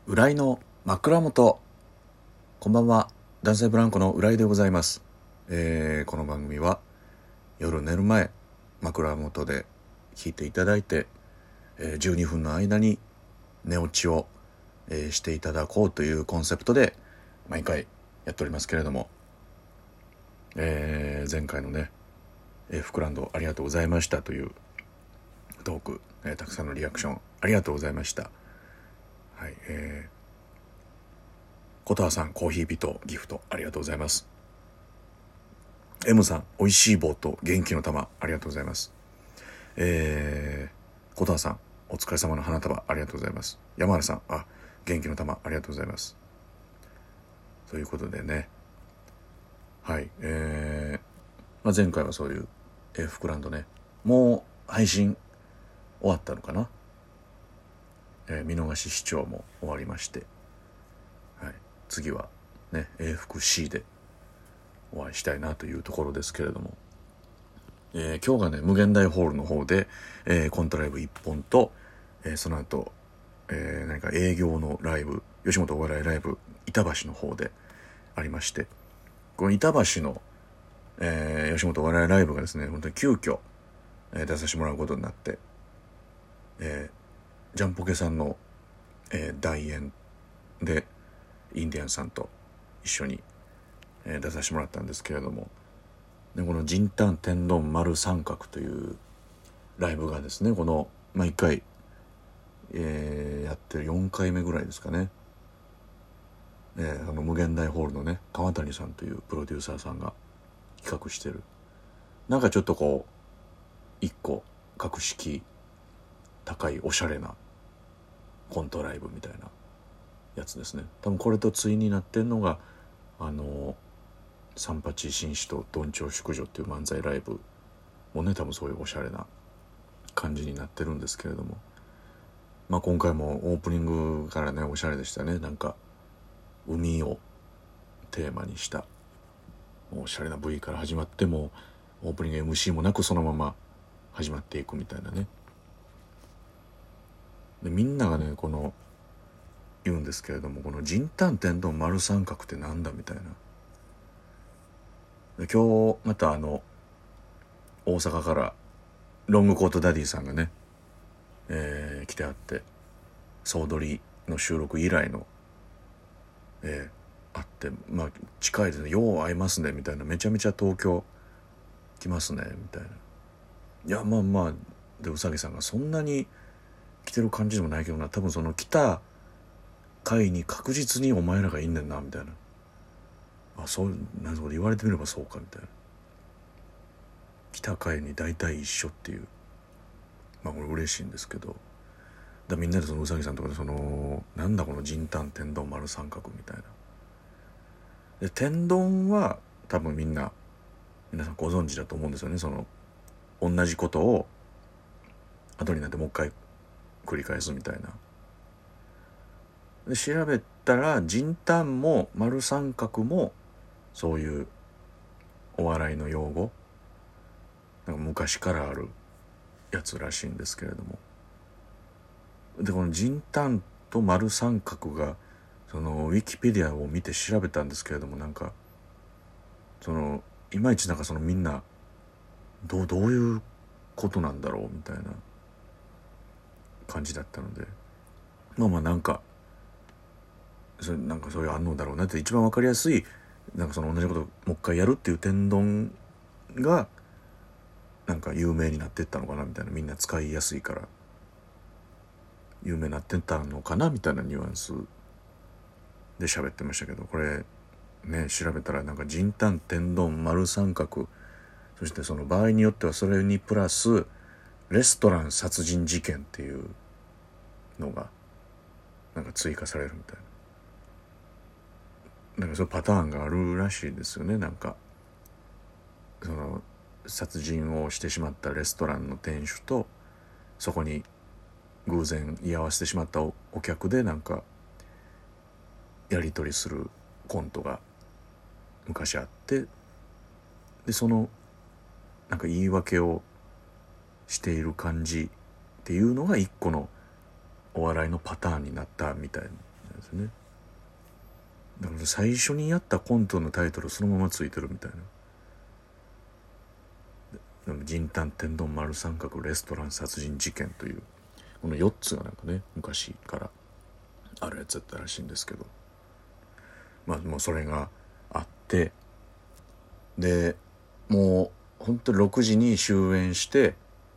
浦井の枕元。こんばんは、男性ブランコの浦井でございます。この番組は夜寝る前、枕元で聞いていただいて、12分の間に寝落ちを、していただこうというコンセプトで毎回やっておりますけれども、前回のね、フクランドありがとうございましたというトーク、たくさんのリアクションありがとうございました。はい、小田さん、コーヒー人ギフトありがとうございます。 M さん、おいしい棒と元気の玉ありがとうございます。小田さん、お疲れ様の花束ありがとうございます。山原さん、元気の玉ありがとうございます。ということでね、はい、前回はそういう、フクランドね、もう配信終わったのかな、見逃し視聴も終わりまして、はい、次はね、英福 C でお会いしたいなというところですけれども、今日がね、無限大ホールの方で、コントライブ1本と、その後、何か営業のライブ、吉本お笑いライブ板橋の方でありまして、この板橋の、吉本お笑いライブがですね、本当に急遽、出させてもらうことになって、ジャンポケさんの、代演でインディアンさんと一緒に、出させてもらったんですけれども、でこのジンタン天丼丸三角というライブがですね、この毎回、やってる4回目ぐらいですかね、無限大ホールのね、川谷さんというプロデューサーさんが企画してる、なんかちょっとこう一個格式高いおしゃれなコントライブみたいなやつですね。多分これと対になってんのが三八紳士とどんちょう淑女っていう漫才ライブもね、多分そういうおしゃれな感じになってるんですけれども、今回もオープニングからね、おしゃれでしたね。なんか海をテーマにしたおしゃれな V から始まって、もオープニング MC もなくそのまま始まっていくみたいなね。でみんながね、この言うんですけれども、このジンタン天丼丸三角ってなんだみたいな。で今日また大阪からロングコートダディさんがね、来てあって、総取りの収録以来の、あって、近いですね、よう会いますねみたいな、めちゃめちゃ東京来ますねみたいな。いやでうさぎさんがそんなに来てる感じでもないけどな、多分その来た回に確実にお前らがいんねんなみたいな、そうなんか言われてみればそうかみたいな、来た回に大体一緒っていう、これ嬉しいんですけど、みんなでそのうさぎさんとかでなんだこのジンタン天丼丸三角みたいな。で天丼は多分皆さんご存知だと思うんですよね。同じことを後になってもう一回繰り返すみたいな。で調べたらジンタンも丸三角もそういうお笑いの用語、なんか昔からあるやつらしいんですけれども、でこのジンタンと丸三角がウィキペディアを見て調べたんですけれども、なんかいまいちみんなどういうことなんだろうみたいな感じだったので、なんかそういうあんのだろうなって、一番わかりやすい同じことをもう一回やるっていう天丼がなんか有名になってったのかなみたいな、みんな使いやすいから有名になってったのかなみたいなニュアンスで喋ってましたけど、これね、調べたらなんかジンタン天丼丸三角、そしてその場合によってはそれにプラスレストラン殺人事件っていうのがなんか追加されるみたいな、なんかそういうパターンがあるらしいですよね。なんか殺人をしてしまったレストランの店主とそこに偶然居合わせてしまったお客でなんかやり取りするコントが昔あって、でなんか言い訳をしている感じっていうのが一個のお笑いのパターンになったみたいなですよね。だから最初にやったコントのタイトルそのままついてるみたいな。でも人丹天丼丸三角レストラン殺人事件というこの4つがなんかね昔からあるやつだったらしいんですけど、まあもうそれがあって、でもうほんと6時に終演して、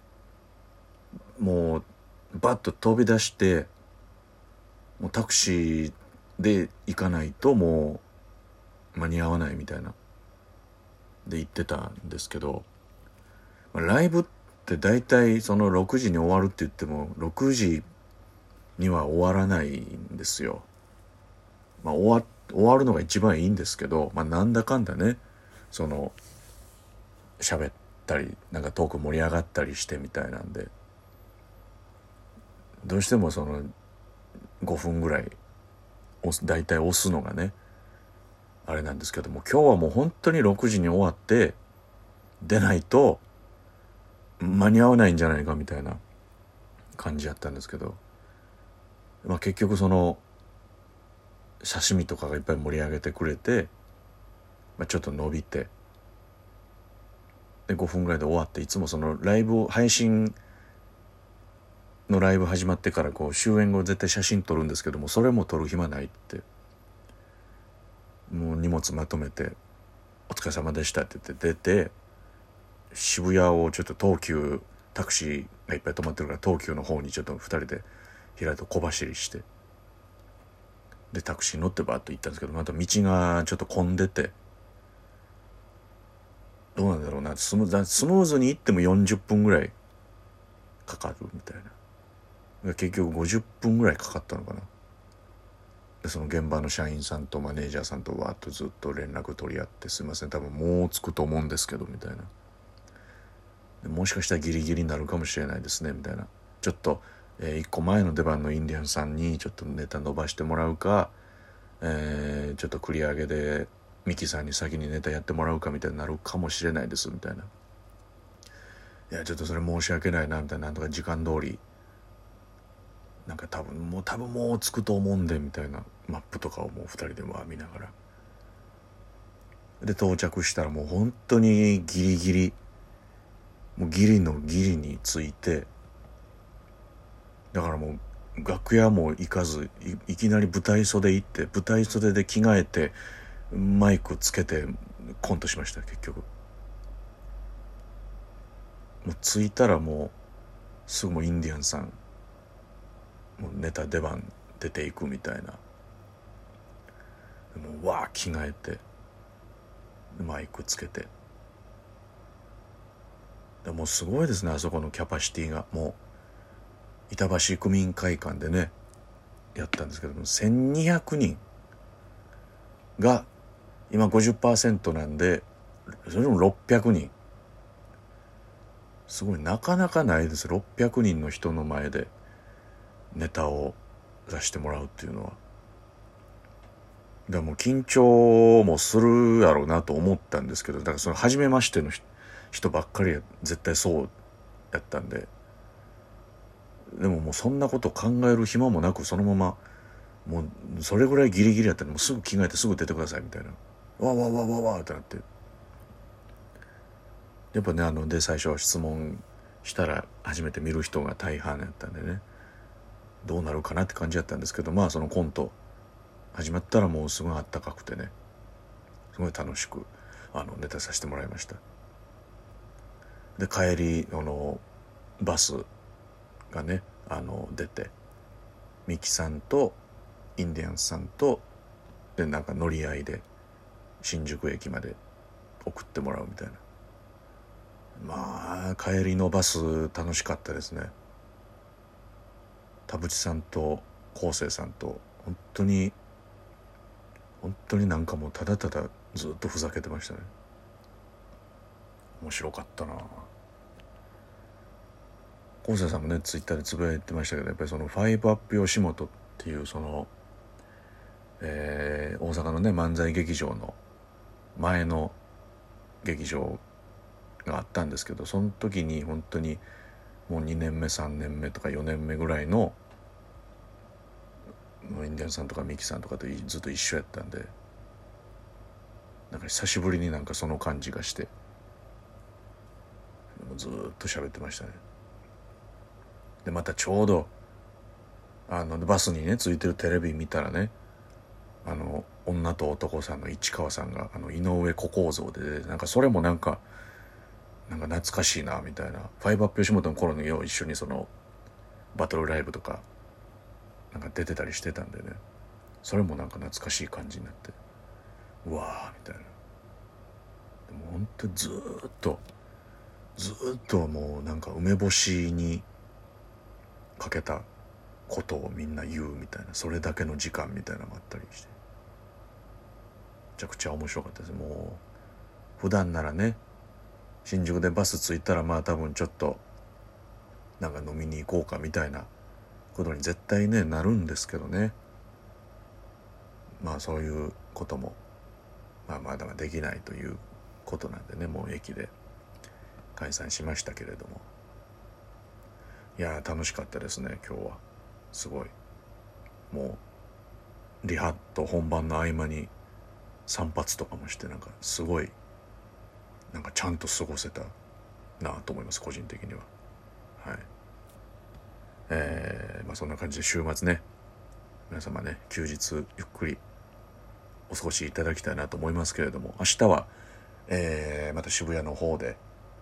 もうバッと飛び出してもうタクシーで行かないともう間に合わないみたいなで行ってたんですけど、ライブって大体その6時に終わるって言っても6時には終わらないんですよ。終わるのが一番いいんですけど、なんだかんだねその喋ったりなんかトーク盛り上がったりしてみたいなんで、どうしてもその5分ぐらい大体押すのがねあれなんですけども、今日はもう本当に6時に終わって出ないと間に合わないんじゃないかみたいな感じやったんですけど、結局その刺身とかがいっぱい盛り上げてくれて、ちょっと伸びてで5分ぐらいで終わって、いつもそのライブ配信のライブ始まってからこう終演後絶対写真撮るんですけども、それも撮る暇ないって、もう荷物まとめてお疲れ様でしたって言って出て、渋谷をちょっと東急タクシーがいっぱい止まってるから東急の方にちょっと2人で平井と小走りして、でタクシー乗ってバーッと行ったんですけど、また道がちょっと混んでて、どうなんだろうな、スムーズに行っても40分ぐらいかかるみたいな、結局50分ぐらいかかったのかな。でその現場の社員さんとマネージャーさんとわーっとずっと連絡取り合って、すいません多分もう着くと思うんですけどみたいな、でもしかしたらギリギリになるかもしれないですねみたいな、ちょっと、1個前の出番のインディアンさんにちょっとネタ伸ばしてもらうか、ちょっと繰り上げでミキさんに先にネタやってもらうかみたいになるかもしれないですみたいな、いやちょっとそれ申し訳ないなみたいな、なんとか時間通りなんか多分もう着くと思うんでみたいなマップとかをもう2人で見ながらで到着したらもう本当にギリギリ、もうギリのギリに着いて、だからもう楽屋も行かず いきなり舞台袖行って、舞台袖で着替えてマイクつけてコントしました。結局もう着いたらもうすぐもうインディアンさんもうネタ出番出ていくみたいな、もうわー着替えてマイクつけて、でもうすごいですね、あそこのキャパシティが。もう板橋区民会館でねやったんですけども、1200人が今 50% なんで、それでも600人、すごいなかなかないです。600人の人の前でネタを出してもらうっていうのは。だからもう緊張もするやろうなと思ったんですけど、だからその初めましての人ばっかり絶対そうやったんで、でももうそんなこと考える暇もなく、そのままもうそれぐらいギリギリやったんで、もうすぐ着替えてすぐ出てくださいみたいな、わわわわわってなって、やっぱねで最初質問したら初めて見る人が大半やったんでね、どうなるかなって感じやったんですけど、そのコント始まったらもうすごいあったかくてね、すごい楽しくネタさせてもらいました。で帰りバスがね出て、ミキさんとインディアンスさんとでなんか乗り合いで新宿駅まで送ってもらうみたいな、帰りのバス楽しかったですね。田淵さんと昴生さんと本当になんかもうただただずっとふざけてましたね。面白かったな。昴生さんもねツイッターでつぶやいてましたけど、やっぱりそのファイブアップ吉本っていうその、大阪のね漫才劇場の前の劇場があったんですけど、その時に本当にもう2年目3年目とか4年目ぐらいのインディアンさんとかミキさんとかとずっと一緒やったんで、なんか久しぶりになんかその感じがして、ずっと喋ってましたね。でまたちょうどバスにねついてるテレビ見たらね、女と男さんの市川さんが井上小公造で、なんかそれもなんか懐かしいなみたいな。ファイブアップ吉本の頃によう一緒にそのバトルライブとかなんか出てたりしてたんでね、それもなんか懐かしい感じになって、うわーみたいな。でもほんとずっともうなんか梅干しにかけたことをみんな言うみたいな、それだけの時間みたいなのもあったりして、めちゃくちゃ面白かったです。もう普段ならね新宿でバス着いたらまあ多分ちょっとなんか飲みに行こうかみたいなことに絶対ねなるんですけどね、まあそういうこともまだできないということなんでね、もう駅で解散しましたけれども、いや楽しかったですね今日は。すごいもうリハと本番の合間に散髪とかもして、なんかすごいなんかちゃんと過ごせたなと思います、個人的には。はい。そんな感じで週末ね皆様ね休日ゆっくりお過ごしいただきたいなと思いますけれども、明日は、また渋谷の方で、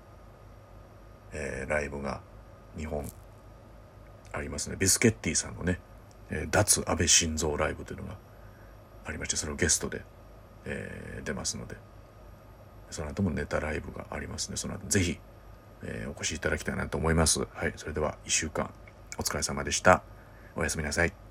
ライブが2本ありますね。ビスケッティさんのね、脱安倍晋三ライブというのがありまして、それをゲストで、出ますので、その後もネタライブがありますので、その後ぜひ、お越しいただきたいなと思います。はい、それでは1週間お疲れ様でした。おやすみなさい。